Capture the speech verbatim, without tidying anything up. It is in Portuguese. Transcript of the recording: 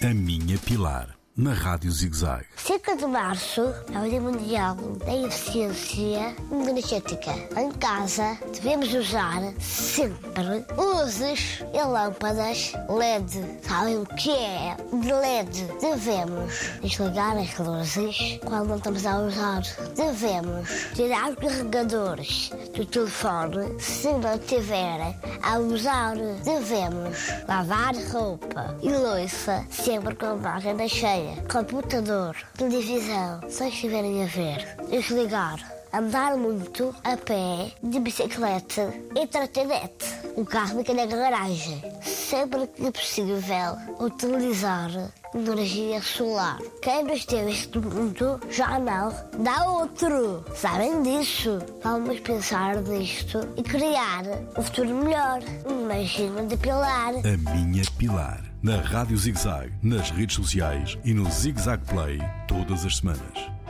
A Minha Pilar, na Rádio Zig-Zag. cinco de março é o Dia Mundial da Eficiência Energética. Em casa devemos usar sempre luzes e lâmpadas L E D. Sabem o que é de L E D? Devemos desligar as luzes quando não estamos a usar. Devemos tirar os carregadores do telefone se não estiverem a usar. Devemos lavar roupa e louça sempre com a máquina cheia. Computador, televisão, se estiverem a ver, desligar. Andar muito a pé, de bicicleta e trotinete. O carro fica na garagem. Sempre que possível, utilizar energia solar. Quem nos teve este mundo já não dá outro. Sabem disso? Vamos pensar nisto e criar um futuro melhor. Imagina de Pilar. A Minha Pilar, na Rádio Zig-Zag, nas redes sociais e no Zig-Zag Play, todas as semanas.